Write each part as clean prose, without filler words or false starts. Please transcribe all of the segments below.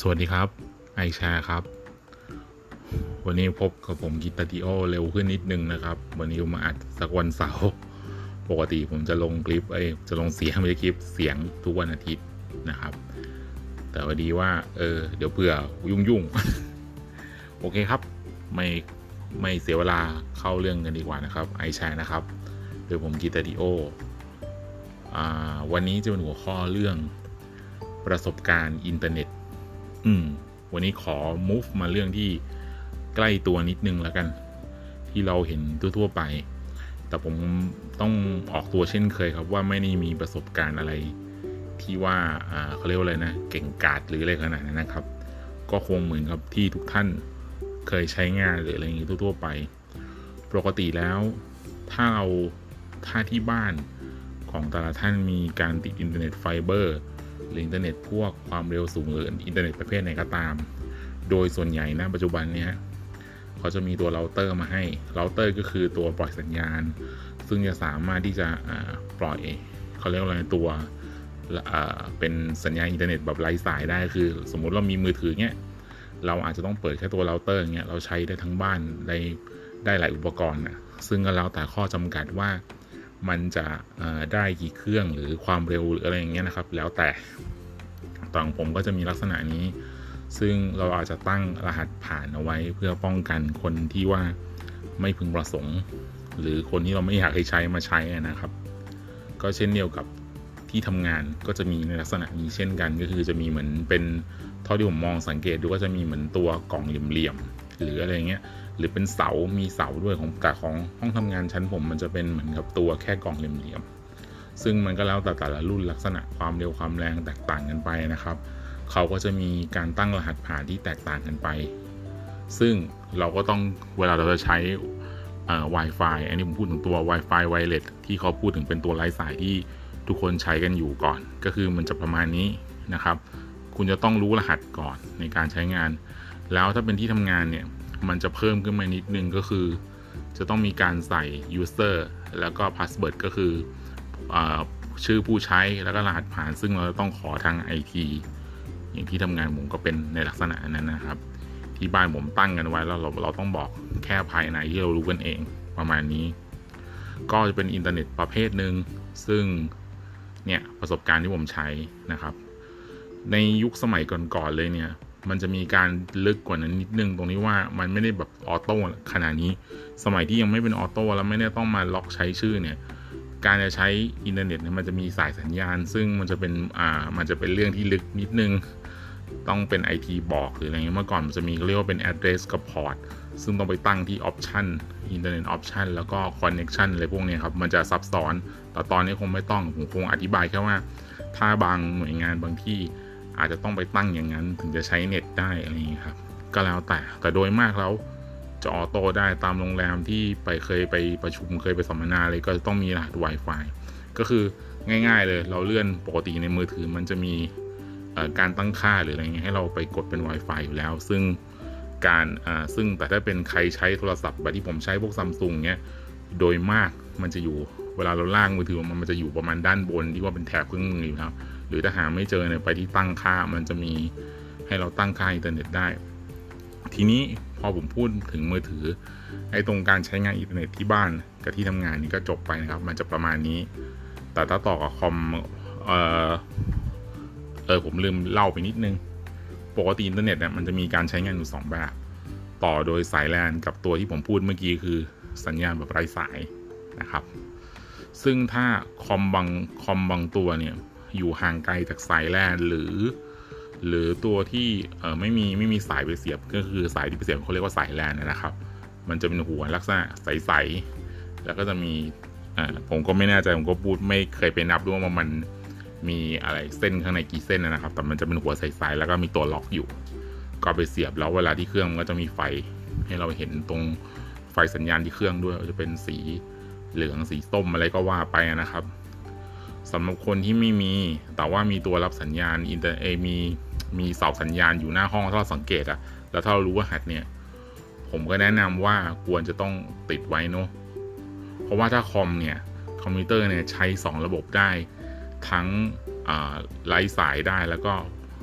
สวัสดีครับไอแชร์ครับวันนี้พบกับผมกิตติโอเร็วขึ้นนิดนึงนะครับวันนี้มาอัดสักวันเสาร์ปกติผมจะลงคลิปจะลงเสียงไม่ใช่คลิปเสียงทุกวันอาทิตย์นะครับแต่วันดีว่าเดี๋ยวเผื่อยุ่งโอเคครับไม่เสียเวลาเข้าเรื่องกันดีกว่านะครับไอแชร์นะครับโดยผมกิตติโอวันนี้จะเป็นหัวข้อเรื่องประสบการณ์อินเทอร์เน็ตวันนี้ขอ move มาเรื่องที่ใกล้ตัวนิดนึงแล้วกันที่เราเห็นทั่วไปแต่ผมต้องออกตัวเช่นเคยครับว่าไม่ได้มีประสบการณ์อะไรที่ว่าเขาเรียกว่าอะไรนะเก่งกาจหรืออะไรขนาดนั้นนะครับก็คงเหมือนกับที่ทุกท่านเคยใช้งานหรืออะไรอย่างนี้ทั่วไปปกติแล้วถ้าที่บ้านของแต่ละท่านมีการติดอินเทอร์เน็ตไฟเบอร์หรืออินเทอร์เน็ตพวกความเร็วสูงหรืออินเทอร์เน็ตประเภทไหนก็ตามโดยส่วนใหญ่นะปัจจุบันเนี้ยเขาจะมีตัวเราเตอร์มาให้เราเตอร์ก็คือตัวปล่อยสัญญาณซึ่งจะสามารถที่จะปล่อยเขาเรียกว่าอะไรตัวเป็นสัญญาณอินเทอร์เน็ตแบบไร้สายได้คือสมมุติเรามีมือถือเนี้ยเราอาจจะต้องเปิดแค่ตัวเราเตอร์เงี้ยเราใช้ได้ทั้งบ้านได้หลายอุปกรณ์นะซึ่งก็แล้วแต่ข้อจำกัดว่ามันจะได้กี่เครื่องหรือความเร็วหรืออะไรอย่างเงี้ยนะครับแล้วแต่ต่างผมก็จะมีลักษณะนี้ซึ่งเราอาจจะตั้งรหัสผ่านเอาไว้เพื่อป้องกันคนที่ว่าไม่พึงประสงค์หรือคนที่เราไม่อยากให้ใช้มาใช้นะครับก็เช่นเดียวกับที่ทำงานก็จะมีในลักษณะนี้เช่นกันก็คือจะมีเหมือนเป็นเท่าที่ผมมองสังเกตดูก็จะมีเหมือนตัวกล่องเหลี่ยมๆหรืออะไรเงี้ยหรือเป็นมีเสาด้วยของห้องทำงานชั้นผมมันจะเป็นเหมือนกับตัวแค่กล่องเหลี่ยมๆซึ่งมันก็แล้วแต่ละรุ่นลักษณะความเร็วความแรงแตกต่างกันไปนะครับเขาก็จะมีการตั้งรหัสผ่านที่แตกต่างกันไปซึ่งเราก็ต้องเวลาเราจะใช้Wi-Fi อันนี้ผมพูดถึงตัว Wi-Fi Wireless ที่เขาพูดถึงเป็นตัวไร้สายที่ทุกคนใช้กันอยู่ก่อนก็คือมันจะประมาณนี้นะครับคุณจะต้องรู้รหัสก่อนในการใช้งานแล้วถ้าเป็นที่ทำงานเนี่ยมันจะเพิ่มขึ้นมานิดนึงก็คือจะต้องมีการใส่ user แล้วก็ password ก็คือชื่อผู้ใช้แล้วก็รหัสผ่านซึ่งเราต้องขอทาง IT อย่างที่ทำงานผมก็เป็นในลักษณะนั้นนะครับที่บ้านผมตั้งกันไว้แล้วเราต้องบอกแค่ภายในที่เรารู้กันเองประมาณนี้ก็จะเป็นอินเทอร์เน็ตประเภทหนึ่งซึ่งเนี่ยประสบการณ์ที่ผมใช้นะครับในยุคสมัยก่อนๆเลยเนี่ยมันจะมีการลึกกว่านั้นนิดนึงตรงที่ว่ามันไม่ได้แบบออโต้ขนาดนี้สมัยที่ยังไม่เป็นออโต้แล้วไม่ได้ต้องมาล็อกใช้ชื่อเนี่ยการจะใช้อินเทอร์เน็ตเนี่ยมันจะมีสายสัญญาณซึ่งมันจะเป็นเรื่องที่ลึกนิดนึงต้องเป็น IT บอกหรืออะไรเงี้ยเมื่อก่อนมันจะมีเรียกว่าเป็น address กับ port ซึ่งต้องไปตั้งที่ option internet option แล้วก็ connection อะไรพวกนี้ครับมันจะซับซ้อนแต่ตอนนี้คงไม่ต้องผมคงอธิบายแค่ว่าถ้าบางหน่วยงานบางที่อาจจะต้องไปตั้งอย่างนั้นถึงจะใช้เน็ตได้อะไรอย่างนี้ครับก็แล้วแต่โดยมากแล้วจะออโต้ได้ตามโรงแรมที่เคยไปประชุมเคยไปสัมมนาเลยก็ต้องมีรหัส Wi-Fi ก็คือง่ายๆเลยเราเลื่อนปกติในมือถือมันจะมีการตั้งค่าหรืออะไรเงี้ยให้เราไปกดเป็น Wi-Fi อยู่แล้วซึ่งแต่ถ้าเป็นใครใช้โทรศัพท์แบบที่ผมใช้พวก Samsung เนี้ยโดยมากมันจะอยู่เวลาเราล่างมือถือมันจะอยู่ประมาณด้านบนที่ว่าเป็นแถบเครื่องมืออยู่แล้วหรือถ้าหาไม่เจอเนี่ยไปที่ตั้งค่ามันจะมีให้เราตั้งค่าอินเทอร์เน็ตได้ทีนี้พอผมพูดถึงมือถือไอ้ตรงการใช้งานอินเทอร์เน็ตที่บ้านกับที่ทำงานนี่ก็จบไปนะครับมันจะประมาณนี้แต่ถ้าต่อกับคอมผมลืมเล่าไปนิดนึงปกติอินเทอร์เน็ตเนี่ยมันจะมีการใช้งานอยู่2แบบต่อโดยสาย LAN กับตัวที่ผมพูดเมื่อกี้คือสัญญาณแบบไร้สายนะครับซึ่งถ้าคอมบางตัวเนี่ยอยู่ห่างไกลจากสาย LAN หรือตัวที่ไม่มีสายไปเสียบก็คือสายที่ไปเสียบเขาเรียกว่าสาย LAN นะครับมันจะเป็นหัวลักษณะใสๆแล้วก็จะมีผมก็ไม่แน่ใจผมก็พูดไม่เคยไปนับด้วยว่ามันมีอะไรเส้นข้างในกี่เส้นนะครับแต่มันจะเป็นหัวใสๆแล้วก็มีตัวล็อกอยู่ก็ไปเสียบแล้วเวลาที่เครื่องมันก็จะมีไฟให้เราเห็นตรงไฟสัญญาณที่เครื่องด้วยจะเป็นสีเหลืองสีส้มอะไรก็ว่าไปนะครับสำหรับคนที่ไม่มีแต่ว่ามีตัวรับสัญญาณมีเสาสัญญาณอยู่หน้าห้องถ้าเราสังเกตแล้วถ้าเรารู้รหัสเนี่ยผมก็แนะนำว่าควรจะต้องติดไว้เนาะเพราะว่าถ้าคอมพิวเตอร์เนี่ยใช้2ระบบได้ทั้งไร้สายได้แล้วก็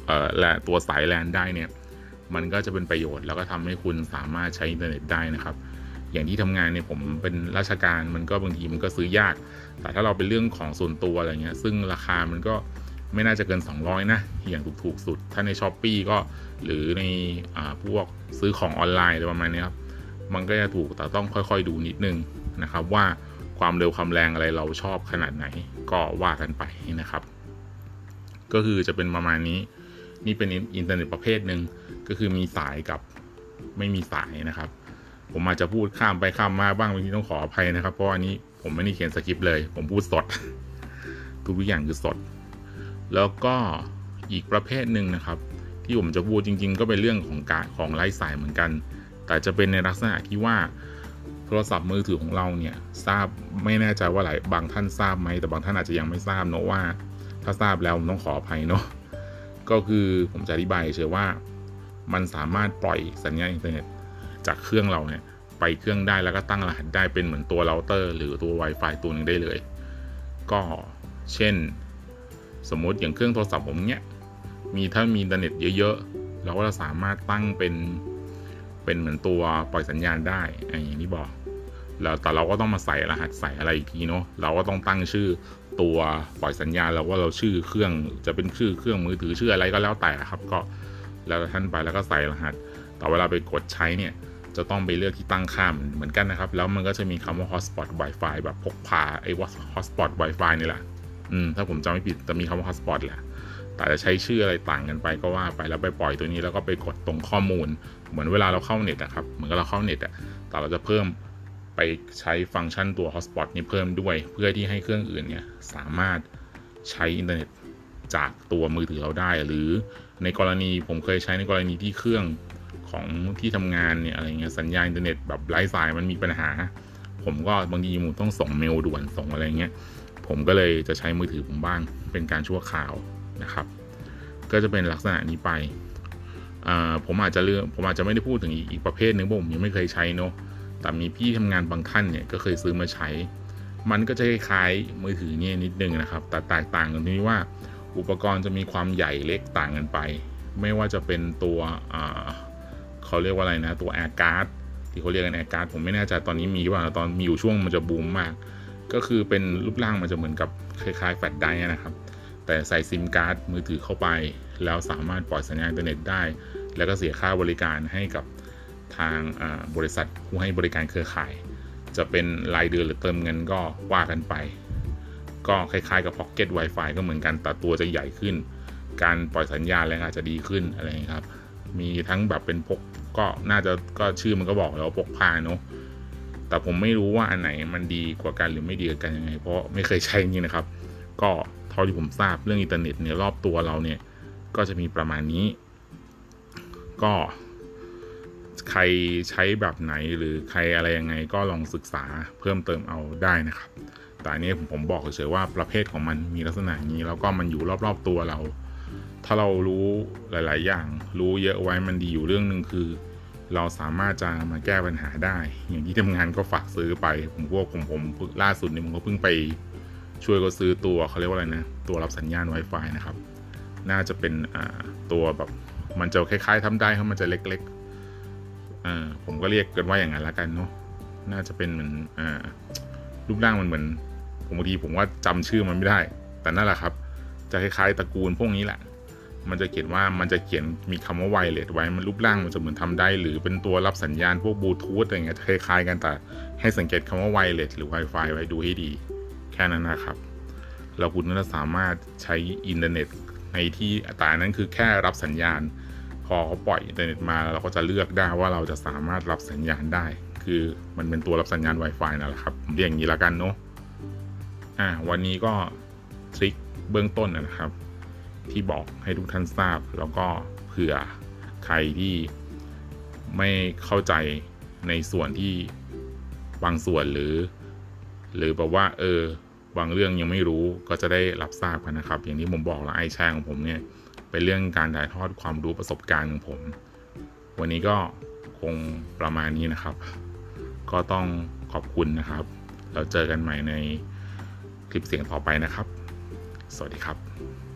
และตัวสายแลนได้เนี่ยมันก็จะเป็นประโยชน์แล้วก็ทำให้คุณสามารถใช้อินเทอร์เน็ตได้นะครับอย่างที่ทำงานเนี่ยผมเป็นราชการมันก็บางทีมันก็ซื้อยากแต่ถ้าเราเป็นเรื่องของส่วนตัวอะไรเงี้ยซึ่งราคามันก็ไม่น่าจะเกิน200นะอย่างถูกสุดถ้าใน Shopee ก็หรือในพวกซื้อของออนไลน์อะไรประมาณนี้ครับมันก็จะถูกแต่ต้องค่อยๆดูนิดนึงนะครับว่าความเร็วความแรงอะไรเราชอบขนาดไหนก็ว่ากันไปนะครับก็คือจะเป็นประมาณนี้นี่เป็นอินเทอร์เน็ตประเภทหนึ่งก็คือมีสายกับไม่มีสายนะครับผมอาจจะพูดข้ามไปข้ามมาบ้างบางทีต้องขออภัยนะครับเพราะอันนี้ผมไม่ได้เขียนสคริปต์เลยผมพูดสด ทุกอย่างคือสดแล้วก็อีกประเภทหนึ่งนะครับที่ผมจะพูดจริงๆก็เป็นเรื่องของไร้สายเหมือนกันแต่จะเป็นในลักษณะที่ว่าโทรศัพท์มือถือของเราเนี่ยทราบไม่แน่ใจว่าบางท่านทราบไหมแต่บางท่านอาจจะยังไม่ทราบเนอะว่าถ้าทราบแล้วผมต้องขออภัยเนอะก็คือผมจะอธิบายเฉยว่ามันสามารถปล่อยสัญญาณอินเทอร์เน็ตจากเครื่องเราเนี่ยไปเครื่องได้แล้วก็ตั้งรหัสได้เป็นเหมือนตัวเราเตอร์หรือตัว Wi-Fi ตัวนึงได้เลยก็เช่นสมมติอย่างเครื่องโทรศัพท์ผมเนี่ยถ้ามีอินเทอร์เน็ตเยอะๆเราก็จะสามารถตั้งเป็นเหมือนตัวปล่อยสัญญาณได้อย่างที่บอกแล้วแต่เราก็ต้องมาใส่รหัสใส่อะไรอีกทีเนาะเราก็ต้องตั้งชื่อตัวปล่อยสัญญาณเราว่าเราชื่อเครื่องจะเป็นชื่อเครื่องมือถือชื่ออะไรก็แล้วแต่ครับก็แล้วท่านไปแล้วก็ใส่รหัสแต่เวลาไปกดใช้เนี่ยจะต้องไปเลือกที่ตั้งค่าเหมือนกันนะครับแล้วมันก็จะมีคำว่า hotspot Wi-Fi แบบพกพาhotspot Wi-Fi นี่แหละถ้าผมจำไม่ผิดจะมีคำว่า hotspot แหละแต่จะใช้ชื่ออะไรต่างกันไปก็ว่าไปแล้วไปปล่อยตัวนี้แล้วก็ไปกดตรงข้อมูลเหมือนเวลาเราเข้าเน็ตครับเหมือนกับเราเข้าเน็ตแต่เราจะเพิ่มไปใช้ฟังก์ชันตัว hotspot นี้เพิ่มด้วยเพื่อที่ให้เครื่องอื่นเนี่ยสามารถใช้อินเทอร์เน็ตจากตัวมือถือเราได้หรือในกรณีผมเคยใช้ในกรณีที่เครื่องของที่ทำงานเนี่ยอะไรเงี้ยสัญญาณอินเทอร์เน็ตแบบไร้สายมันมีปัญหาผมก็บางทีผมต้องส่งเมลด่วนส่งอะไรเงี้ยผมก็เลยจะใช้มือถือผมบ้างเป็นการชั่วคราวนะครับก็จะเป็นลักษณะนี้ไปผมอาจจะไม่ได้พูดถึงอีกประเภทนึงเพราะผมยังไม่เคยใช้เนาะแต่มีพี่ทำงานบางท่านเนี่ยก็เคยซื้อมาใช้มันก็จะคล้ายๆมือถือเนี่ยนิดนึงนะครับแต่แตกต่างกันที่ว่าอุปกรณ์จะมีความใหญ่เล็กต่างกันไปไม่ว่าจะเป็นตัวเขาเรียกว่าอะไรนะตัว Air Card ที่เขาเรียกกัน Air Card ผมไม่แน่ใจตอนนี้มีว่าตอนมีอยู่ช่วงมันจะบูมมากก็คือเป็นรูปร่างมันจะเหมือนกับคล้ายๆแฟลชไดรฟ์นะครับแต่ใส่ซิมการ์ดมือถือเข้าไปแล้วสามารถปล่อยสัญญาณอินเทอร์เน็ตได้แล้วก็เสียค่าบริการให้กับทางบริษัทผู้ให้บริการเครือข่ายจะเป็นรายเดือนหรือเติมเงินก็ว่ากันไปก็คล้ายๆกับ Pocket Wi-Fi ก็เหมือนกันแต่ตัวจะใหญ่ขึ้นการปล่อยสัญญาณอะไรอาจจะดีขึ้นอะไรครับมีทั้งแบบเป็นพกก็น่าจะก็ชื่อมันก็บอกแล้วพกพาเนาะแต่ผมไม่รู้ว่าอันไหนมันดีกว่ากันหรือไม่ดีกว่ากันยังไงเพราะไม่เคยใช้จริงนะครับก็เท่าที่ผมทราบเรื่องอินเทอร์เน็ตเนี่ยรอบตัวเราเนี่ยก็จะมีประมาณนี้ก็ใครใช้แบบไหนหรือใครอะไรยังไงก็ลองศึกษาเพิ่มเติมเอาได้นะครับแต่อันนี้ผมบอกเฉยๆว่าประเภทของมันมีลักษณะนี้แล้วก็มันอยู่รอบๆตัวเราถ้าเรารู้หลายๆอย่างรู้เยอะไว้มันดีอยู่เรื่องนึงคือเราสามารถจะมาแก้ปัญหาได้อย่างที่ทำงานก็ฝากซื้อไปผมล่าสุดนี่ผมก็เพิ่งไปช่วยก็ซื้อตัวเขาเรียกว่าอะไรนะตัวรับสัญญาณ Wi-Fi นะครับน่าจะเป็นตัวแบบมันจะคล้ายๆทำได้ครับมันจะเล็กๆผมก็เรียกกันว่าอย่างนั้นละกันเนาะน่าจะเป็นเหมือนรูปร่างมันเหมือนบางทีผมว่าจำชื่อมันไม่ได้แต่นั่นแหละครับจะคล้ายๆตระกูลพวกนี้แหละมันจะเขียนมีคำว่าไวเลสไว้มันรูปร่างมันจะเหมือนทำได้หรือเป็นตัวรับสัญญาณพวกบลูทูธอะไรเงี้ยคล้ายๆกันแต่ให้สังเกตคำว่าไวเลสหรือ Wi-Fi ไว้ดูให้ดีแค่นั้นนะครับเราคุณก็สามารถใช้อินเทอร์เน็ตในที่แต่นั้นคือแค่รับสัญญาณพอเขาปล่อยอินเทอร์เน็ตมาเราก็จะเลือกได้ว่าเราจะสามารถรับสัญญาณได้คือมันเป็นตัวรับสัญญาณ Wi-Fi นั่นแหละครับผมเรียกอย่างนี้ละกันเนาะวันนี้ก็ทริคเบื้องต้นนะครับที่บอกให้ทุกท่านทราบแล้วก็เผื่อใครที่ไม่เข้าใจในส่วนที่บางส่วนหรือแบบว่าบางเรื่องยังไม่รู้ก็จะได้รับทราบกันนะครับอย่างที่ผมบอกแล้วไอแชร์ของผมเนี่ยเป็นเรื่องการถ่ายทอดความรู้ประสบการณ์ของผมวันนี้ก็คงประมาณนี้นะครับก็ต้องขอบคุณนะครับเราเจอกันใหม่ในคลิปเสียงต่อไปนะครับสวัสดีครับ